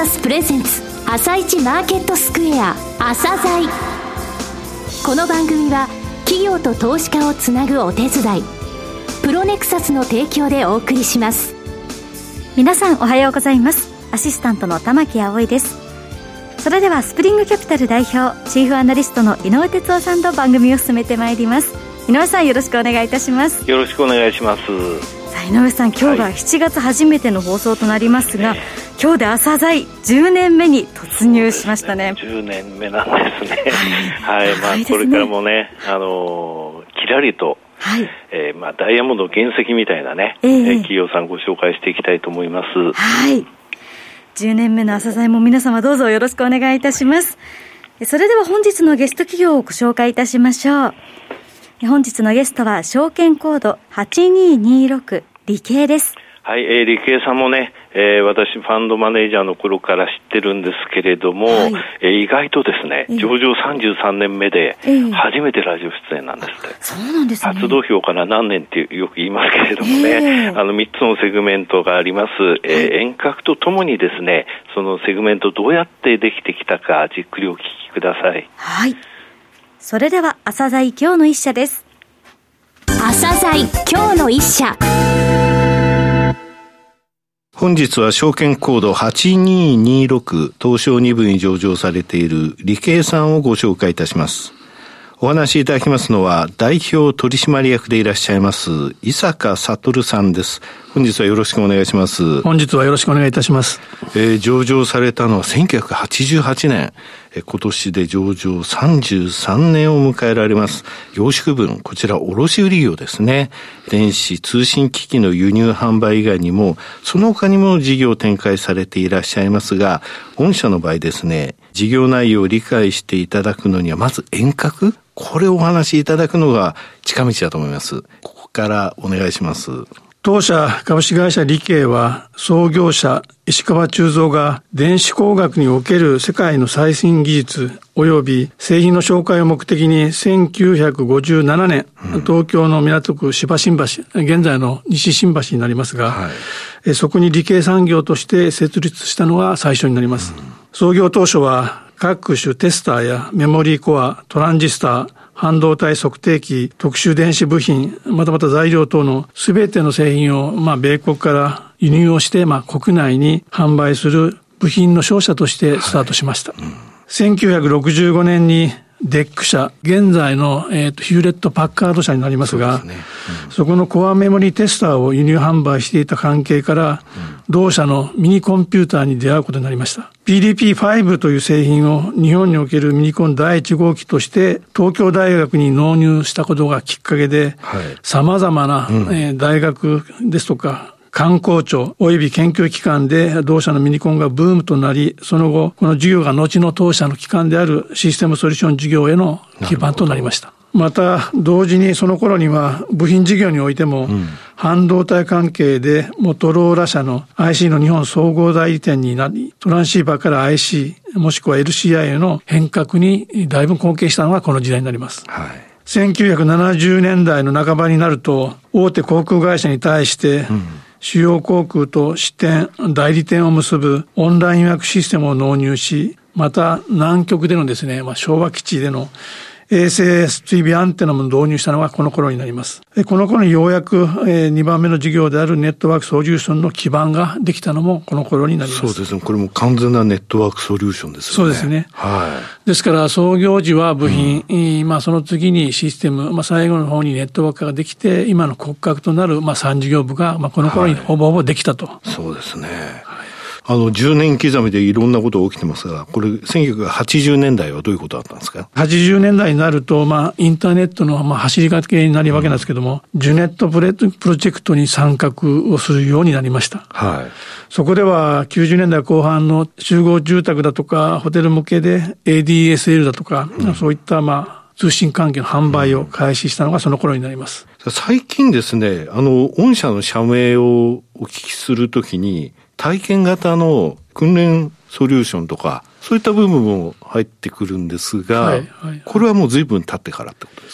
サスプレゼンツ朝一マーケットスクエア朝鮮。この番組は企業と投資家をつなぐお手伝いプロネクサスの提供でお送りします。 皆さんおはようございます。アシスタントの玉木葵です。それではスプリングキャピタル代表チーフアナリストの井上哲夫さんと番組を進めてまいります。井上さん、よろしくお願いいたします。 よろしくお願いします。 さあ、井上さん、今日が7月初めての放送となりますが、今日で朝鮮10年目に突入しましたね。 10年目なんですね。はい、まあ、これからもね、きらりと、まあ、ダイヤモンド原石みたいなね、企業さんご紹介していきたいと思います。 はい、10年目の朝鮮も皆様どうぞよろしくお願いいたします。それでは本日のゲスト企業をご紹介いたしましょう。本日のゲストは証券コード8226理系です。はい、 理系さんもね、私ファンドマネージャーの頃から知ってるんですけれども、意外とですね、上場33年目で初めてラジオ出演なんですって。 そうなんですね。 初土俵から何年ってよく言いますけれどもね、3つのセグメントがあります。遠隔とともにですね、そのセグメントどうやってできてきたかじっくりお聞きください。 はい。それでは朝鮮今日の一社です。 朝鮮今日の一社。 本日は証券コード8226東証2部に上場されている理系さんをご紹介いたします。お話しいただきますのは代表取締役でいらっしゃいます伊坂悟さんです。本日はよろしくお願いします。 本日はよろしくお願いいたします。 上場されたのは1988年、今年で上場33年を迎えられます。業種区分、こちら卸売業ですね。電子通信機器の輸入販売以外にもその他にも事業を展開されていらっしゃいますが、御社の場合ですね、事業内容を理解していただくのにはまず遠隔、これをお話しいただくのが近道だと思います。ここからお願いします。 当社株式会社理系は創業者石川忠三が電子工学における世界の最新技術及び製品の紹介を目的に1957年、東京の港区芝新橋、現在の西新橋になりますが、そこに理系産業として設立したのが最初になります。創業当初は各種テスターやメモリーコア、トランジスター、半導体測定器、特殊電子部品、また材料等のすべての製品を、米国から輸入をして、国内に販売する部品の商社としてスタートしました。1965年にデック社、現在の、ヒューレット・パッカード社になりますが、そこのコアメモリテスターを輸入販売していた関係から、同社のミニコンピューターに出会うことになりました。PDP-5 という製品を日本におけるミニコン第1号機として東京大学に納入したことがきっかけで、様々な、大学ですとか、観光庁及び研究機関で同社のミニコンがブームとなり、その後この事業が後の当社の機関であるシステムソリューション事業への基盤となりました。また同時にその頃には部品事業においても、半導体関係でモトローラ社の IC の日本総合代理店になり、トランシーバーから IC もしくは LCI への変革にだいぶ貢献したのがこの時代になります。1970年代の半ばになると大手航空会社に対して、主要航空と支店、代理店を結ぶオンライン予約システムを納入し、また南極でのですね、昭和基地での衛星 STB アンテナも導入したのがこの頃になります。この頃にようやく2番目の事業であるネットワークソリューションの基盤ができたのもこの頃になります。 そうですね。これも完全なネットワークソリューションですよね。 そうですね。ですから創業時は部品、その次にシステム、最後の方にネットワークができて、今の骨格となる3事業部がこの頃にほぼほぼできたと。 そうですね。10年刻みでいろんなことが起きてますが、これ1980年代はどういうことだったんですか ？80年代になると、インターネットの走りかけになるわけなんですけども、ジュネットプロジェクトに参画をするようになりました。そこでは90年代後半の集合住宅だとか、ホテル向けで ADSL だとか、そういった通信関係の販売を開始したのがその頃になります。 最近ですね、御社の社名をお聞きするときに、体験型の訓練ソリューションとか、そういった部分も入ってくるんですが、これはもう随分経ってからってことですか？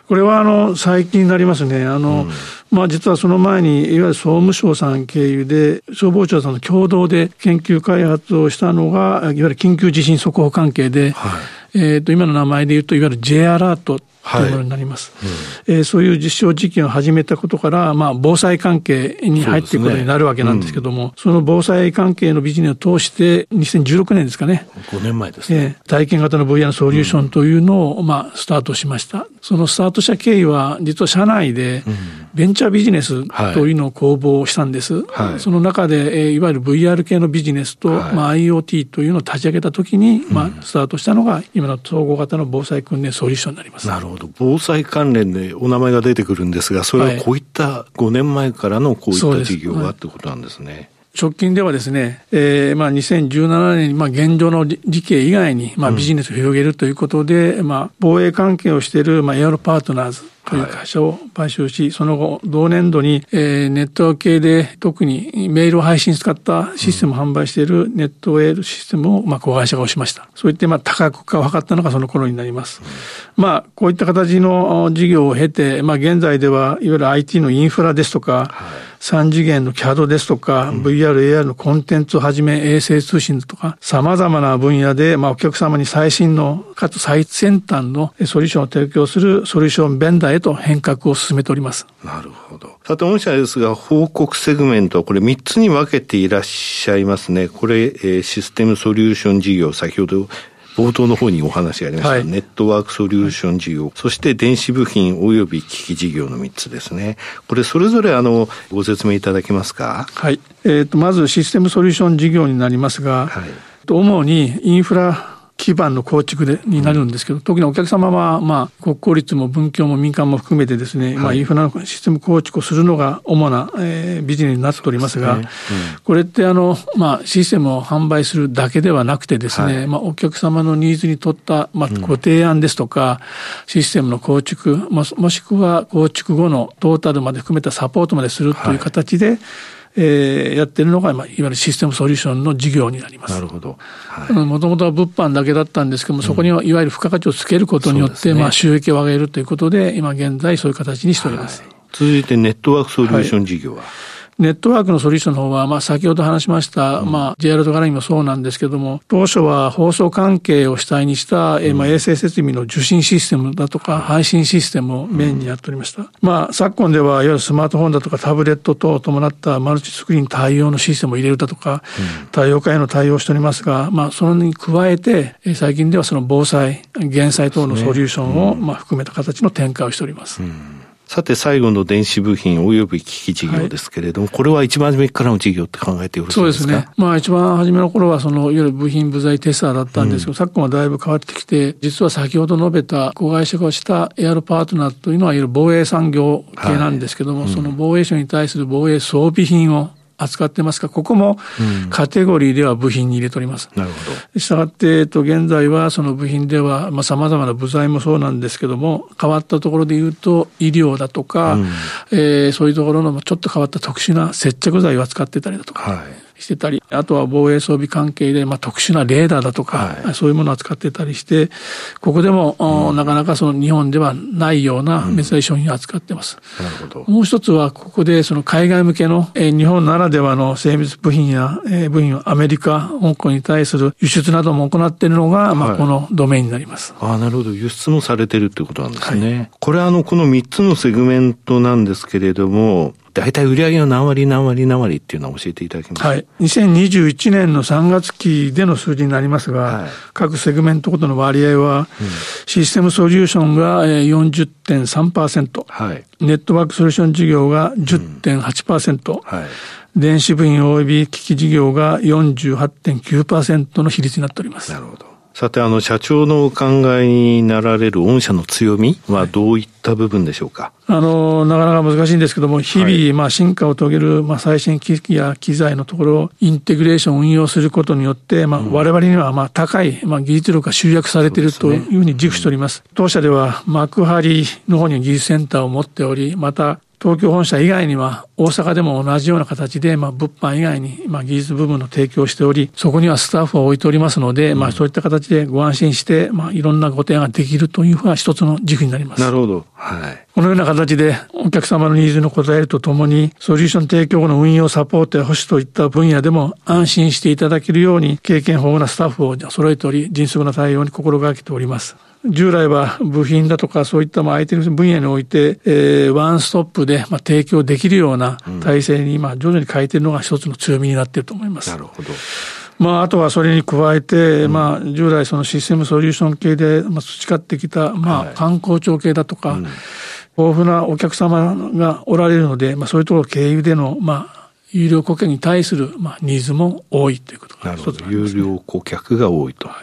これは最近になりますね。実はその前にいわゆる総務省さん経由で消防庁さんの共同で研究開発をしたのがいわゆる緊急地震速報関係で、今の名前で言うといわゆる J アラートというものになります。そういう実証実験を始めたことから、防災関係に入っていくことになるわけなんですけども、その防災関係のビジネスを通して2016年ですかね。 5年前ですね。 体験型の VR ソリューションというのを、スタートしました。そのスタートした経緯は、実は社内でベンチャービジネスというのを公募したんです。その中で、いわゆる VR 系のビジネスと、IoT というのを立ち上げたときに、スタートしたのが今の統合型の防災訓練ソリューションになります。 なるほど。防災関連でお名前が出てくるんですが、それはこういった5年前からのこういった事業がってことなんですね。 直近ではですね、2017年に現状の理系以外にビジネスを広げるということで、防衛関係をしているエアロパートナーズという会社を買収し、その後同年度にネットワーク系で特にメールを配信使ったシステムを販売しているネットウェールシステムを子会社が推しました。そういって多角化を図ったのがその頃になります。こういった形の事業を経て、現在ではいわゆる IT のインフラですとか、3次元の CAD ですとか、VR、AR のコンテンツをはじめ衛星通信とか、様々な分野で、お客様に最新のかつ最先端のソリューションを提供するソリューションベンダーへと変革を進めております。 なるほど。さて、御社ですが、報告セグメントはこれ3つに分けていらっしゃいますね。これ、システムソリューション事業、先ほど冒頭の方にお話がありました、ネットワークソリューション事業、そして電子部品及び機器事業の3つですね。これそれぞれご説明いただけますか？ はい。まずシステムソリューション事業になりますが、主にインフラ基盤の構築になるんですけど、特にお客様は、国公立も文教も民間も含めてですね、インフラのシステム構築をするのが主な、ビジネスになっておりますが、これってシステムを販売するだけではなくてですね、お客様のニーズにとった、ご提案ですとか、システムの構築、もしくは構築後のトータルまで含めたサポートまでするという形で、やってるのが、いわゆるシステムソリューションの事業になります。 なるほど。 もともとは物販だけだったんですけども、そこにはいわゆる付加価値をつけることによって、収益を上げるということで、今現在そういう形にしております。 続いてネットワークソリューション事業は、 ネットワークのソリューションの方は、先ほど話しました、J アラート絡みもそうなんですけども、当初は放送関係を主体にした、衛星設備の受信システムだとか、配信システムをメインにやっておりました。昨今では、いわゆるスマートフォンだとかタブレット等を伴ったマルチスクリーン対応のシステムを入れるだとか、多様化への対応をしておりますが、それに加えて、最近ではその防災、減災等のソリューションを、含めた形の展開をしております。 さて最後の電子部品及び機器事業ですけれども、これは一番初めからの事業って考えてよろしいですか？ そうですね。一番初めの頃はいわゆる部品部材テスターだったんですけど、昨今はだいぶ変わってきて、実は先ほど述べた子会社がしたエアロパートナーというのは、いわゆる防衛産業系なんですけども、その防衛省に対する防衛装備品を扱ってますが、ここもカテゴリーでは部品に入れております。 なるほど。 したがって、現在はその部品では、様々な部材もそうなんですけども、変わったところで言うと、医療だとか、そういうところのちょっと変わった特殊な接着剤を扱ってたりだとか、してたり、あとは防衛装備関係で、特殊なレーダーだとか、そういうものを扱ってたりして、ここでも、なかなかその日本ではないような珍しい商品を扱っています。 なるほど。 もう一つは、ここでその海外向けの、日本ならではの精密部品や、部品をアメリカ、香港に対する輸出なども行っているのが、このドメインになります。 なるほど。輸出もされてるってことなんですね。これこの3つのセグメントなんですけれども、大体売上の何割っていうのを教えていただけますか？ 2021年の3月期での数字になりますが、各セグメントごとの割合は、システムソリューションが 40.3%、ネットワークソリューション事業が 10.8%、電子部品及び機器事業が 48.9% の比率になっております。 なるほど。さて、社長のお考えになられる御社の強みはどういった部分でしょうか？ なかなか難しいんですけども、日々、進化を遂げる、最新機器や機材のところをインテグレーションを運用することによって、我々には、高い、技術力が集約されているというふうに自負しております。当社では、幕張の方に技術センターを持っており、また、 東京本社以外には大阪でも同じような形で、物販以外に、技術部分の提供をしており、そこにはスタッフを置いておりますので、そういった形でご安心して、いろんなご提案ができるというふうな一つの軸になります。 なるほど。はい。 このような形でお客様のニーズに応えるとともに、ソリューション提供後の運用サポートや保守といった分野でも安心していただけるように、経験豊富なスタッフを揃えており、迅速な対応に心がけております。従来は部品だとかそういったアイテム分野において、ワンストップで提供できるような体制に今徐々に変えているのが一つの強みになっていると思います。 なるほど。 あとはそれに加えて、従来そのシステムソリューション系で培ってきた、観光庁系だとか、豊富なお客様がおられるので、そういうところ経由での、有料顧客に対する、ニーズも多いということが一つありますね。 有料顧客が多いと。はい。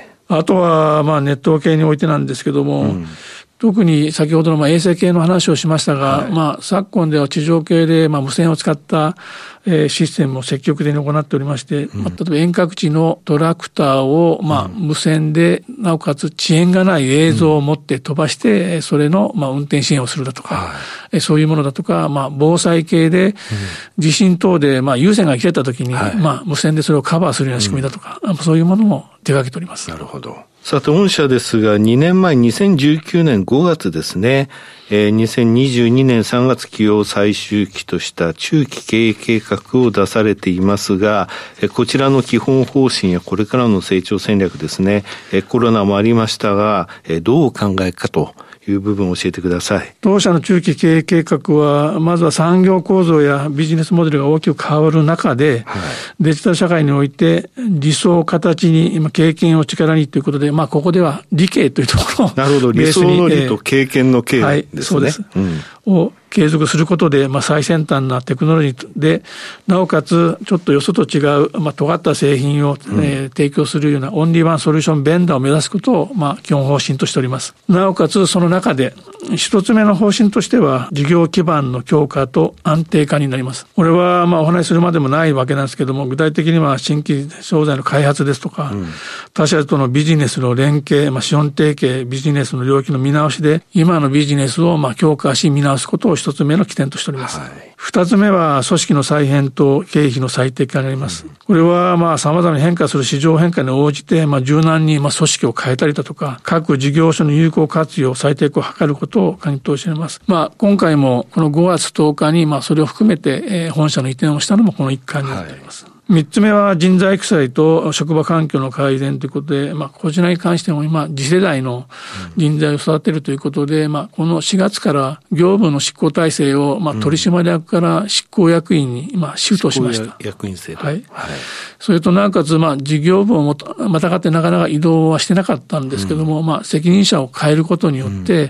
あとは、ネット系においてなんですけども、特に先ほどの衛星系の話をしましたが、昨今では地上系で無線を使ったシステムを積極的に行っておりまして、例えば遠隔地のトラクターを無線で、なおかつ遅延がない映像を持って飛ばして、それの運転支援をするだとか、そういうものだとか、防災系で地震等で有線が切れた時に、無線でそれをカバーするような仕組みだとか、そういうものも手掛けております。 なるほど。さて、御社ですが、2年前、2019年5月ですね、2022年3月起用最終期とした中期経営計画を出されていますが、こちらの基本方針やこれからの成長戦略ですね、コロナもありましたが、どうお考えかという部分を教えてください。 当社の中期経営計画は、まずは産業構造やビジネスモデルが大きく変わる中で、デジタル社会において理想を形に、経験を力にということで、ここでは理系というところをなるほど、理想の理と経験の経ですね。 そうです。を継続することで、最先端なテクノロジーで、なおかつちょっとよそと違う、尖った製品を、提供するようなオンリーワンソリューションベンダーを目指すことを、基本方針としております。なおかつその中で、一つ目の方針としては、事業基盤の強化と安定化になります。これは、お話しするまでもないわけなんですけども、具体的には新規商材の開発ですとか、他社とのビジネスの連携、資本提携、ビジネスの領域の見直しで、今のビジネスを強化し見直すことを一つ目の起点としております。二つ目は組織の再編と経費の最適化になります。これは様々に変化する市場変化に応じて柔軟に組織を変えたりだとか、各事業所の有効活用、最適化を図ることを検討しております。今回もこの5月10日にそれを含めて本社の移転をしたのもこの一環になっております。三つ目は人材育成と職場環境の改善ということで、こちらに関しても今、次世代の人材を育てるということで、この4月から業務の執行体制を、取締役から執行役員に今、シフトしました。 役員制度。 はい。それとなおかつ、事業部をまたがってなかなか移動はしてなかったんですけども、責任者を変えることによって、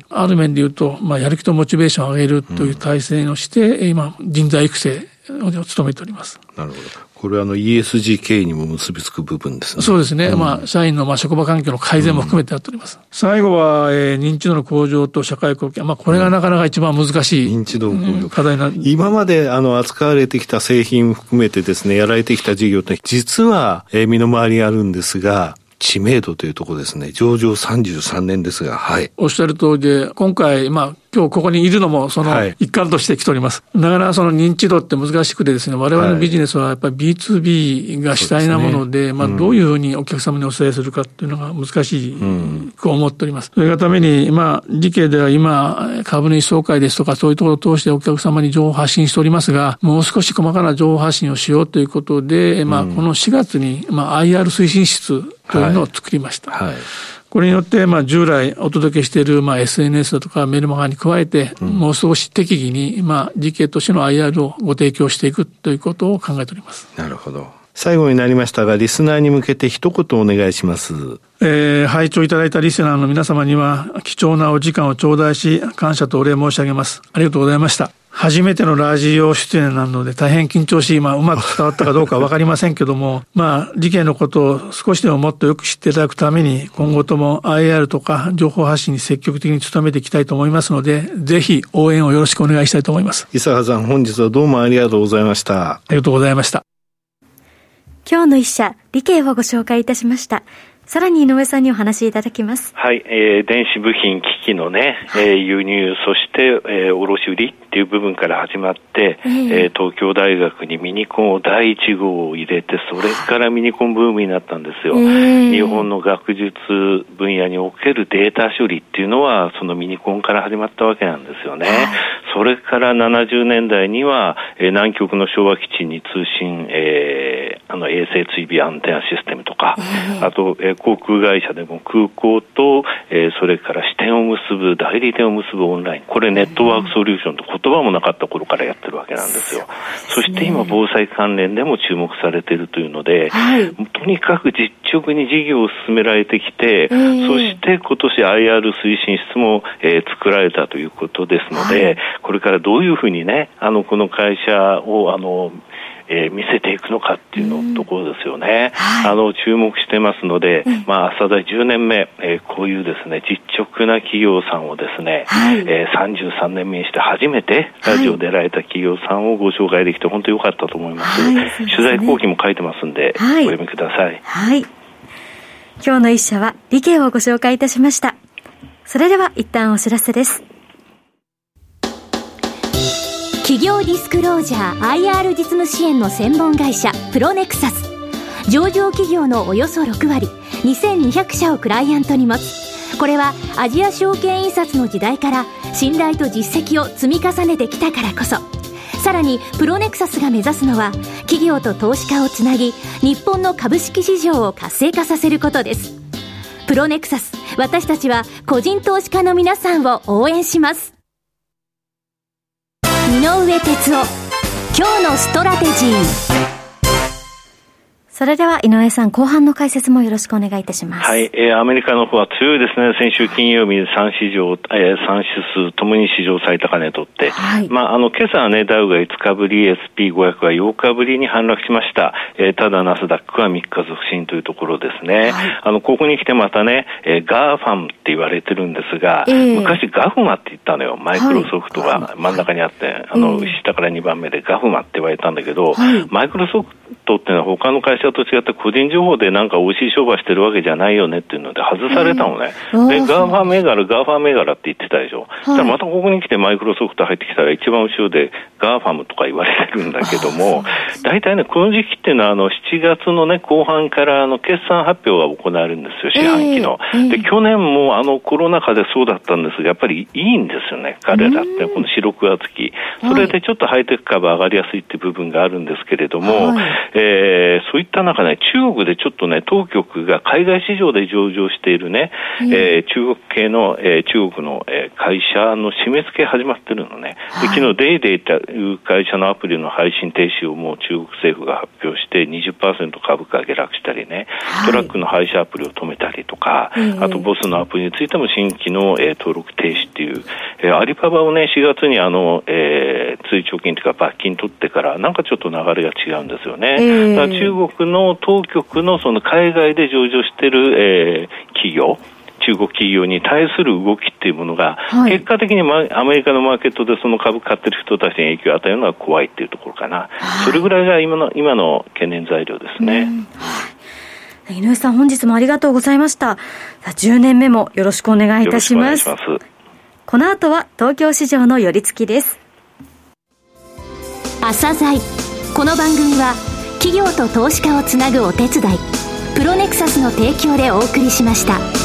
ある面で言うと、やる気とモチベーションを上げるという体制をして、今、人材育成を務めております。 なるほど。これはESG 経営にも結びつく部分ですね。 そうですね。社員の職場環境の改善も含めてやっております。最後は、認知度の向上と社会貢献。これがなかなか一番難しい。 認知度向上。 課題な。 今まで扱われてきた製品含めてですね、やられてきた事業って実は身の回りにあるんですが、知名度というところですね。上場33年ですが、はい。 おっしゃる通りで、今回、今日ここにいるのもその一環として来ております。だからその認知度って難しくてですね、我々のビジネスはやっぱり B2B が主体なもので、どういうふうにお客様にお伝えするかっていうのが難しいと思っております。それがために、理系では今、株主総会ですとかそういうところを通してお客様に情報を発信しておりますが、もう少し細かな情報発信をしようということで、この4月に、IR 推進室というのを作りました。これによって、従来お届けしている、SNS だとかメルマガに加えて、もう少し適宜に、理系としての IR をご提供していくということを考えております。 なるほど。最後になりましたが、リスナーに向けて一言お願いします。 拝聴いただいたリスナーの皆様には、貴重なお時間を頂戴し、感謝とお礼申し上げます。ありがとうございました。初めてのラジオ出演なので大変緊張し、うまく伝わったかどうかわかりませんけども、理系のことを少しでももっとよく知っていただくために、今後とも IR とか情報発信に積極的に努めていきたいと思いますので、ぜひ応援をよろしくお願いしたいと思います。 伊坂さん、本日はどうもありがとうございました。 ありがとうございました。 今日の一社、理系をご紹介いたしました。 さらに井上さんにお話しいただきます。 はい、電子部品機器のね、輸入、そして、卸売っていう部分から始まって、東京大学にミニコンを第1号を入れて、それからミニコンブームになったんですよ。日本の学術分野におけるデータ処理っていうのは、そのミニコンから始まったわけなんですよね。それから70年代には、南極の昭和基地に通信、衛星追尾アンテナシステムとか、あと、航空会社でも空港と、それから支店を結ぶ、代理店を結ぶオンライン、これネットワークソリューションと言葉もなかった頃からやってるわけなんですよ。そして今防災関連でも注目されているというので、とにかく実直に事業を進められてきて、そして今年 IR 推進室も、作られたということですので、これからどういうふうにね、この会社を見せていくのかっていうのところですよね。注目してますので、朝代10年目、こういうですね、実直な企業さんをですね、33年目にして初めてラジオで出られた企業さんをご紹介できて本当に良かったと思います。取材後期も書いてますんで、お読みください。 今日の一社は理系をご紹介いたしました。それでは一旦お知らせです。 企業ディスクロージャー IR 実務支援の専門会社プロネクサス。上場企業のおよそ6割、2200社をクライアントに持つ。これはアジア証券印刷の時代から信頼と実績を積み重ねてきたからこそ。さらにプロネクサスが目指すのは企業と投資家をつなぎ、日本の株式市場を活性化させることです。プロネクサス、私たちは個人投資家の皆さんを応援します。井上哲夫、今日のストラテジー。 それでは井上さん、後半の解説もよろしくお願いいたします。 はい、アメリカの方は強いですね。先週金曜日に3指数ともに史上最高値取って、今朝はね、ダウが5日ぶり、SP500 は8日ぶりに反落しました。ただナスダックは3日続伸というところですね。ここに来てまたね、ガーファムって言われてるんですが、昔ガフマって言ったのよ。マイクロソフトが真ん中にあって、下から2番目でガフマって言われたんだけど、マイクロソフトっていうのは他の会社と違って個人情報でなんか美味しい商売してるわけじゃないよねっていうので外されたのね。で、ガーファ銘柄って言ってたでしょ。だからまたここに来てマイクロソフト入ってきたら一番後ろでガーファムとか言われてるんだけども、大体ね、この時期っていうのは7月のね、後半から決算発表が行われるんですよ、四半期の。で、去年もコロナ禍でそうだったんですが、やっぱりいいんですよね、彼らって、この4、6月期。それでちょっとハイテク株上がりやすいっていう部分があるんですけれども、そういった中ね、中国でちょっとね、当局が海外市場で上場しているね、中国系の、中国の、会社の締め付け始まってるのね。で、昨日デイデイという会社のアプリの配信停止をもう中国政府が発表して 20% 株価下落したりね、トラックの配車アプリを止めたりとか、あとボスのアプリについても新規の、登録停止っていう、アリババをね、4月に追徴金というか罰金取ってからなんかちょっと流れが違うんですよね。だから中国の当局のその海外で上場している、企業、中国企業に対する動きっていうものが、結果的にアメリカのマーケットでその株買ってる人たちに影響を与えるのが怖いっていうところかな。それぐらいが今の懸念材料ですね。 井上さん、本日もありがとうございました。10年目もよろしくお願いいたします。 よろしくお願いします。 この後は東京市場の寄り付きです。 朝鮮。この番組は企業と投資家をつなぐお手伝い、プロネクサスの提供でお送りしました。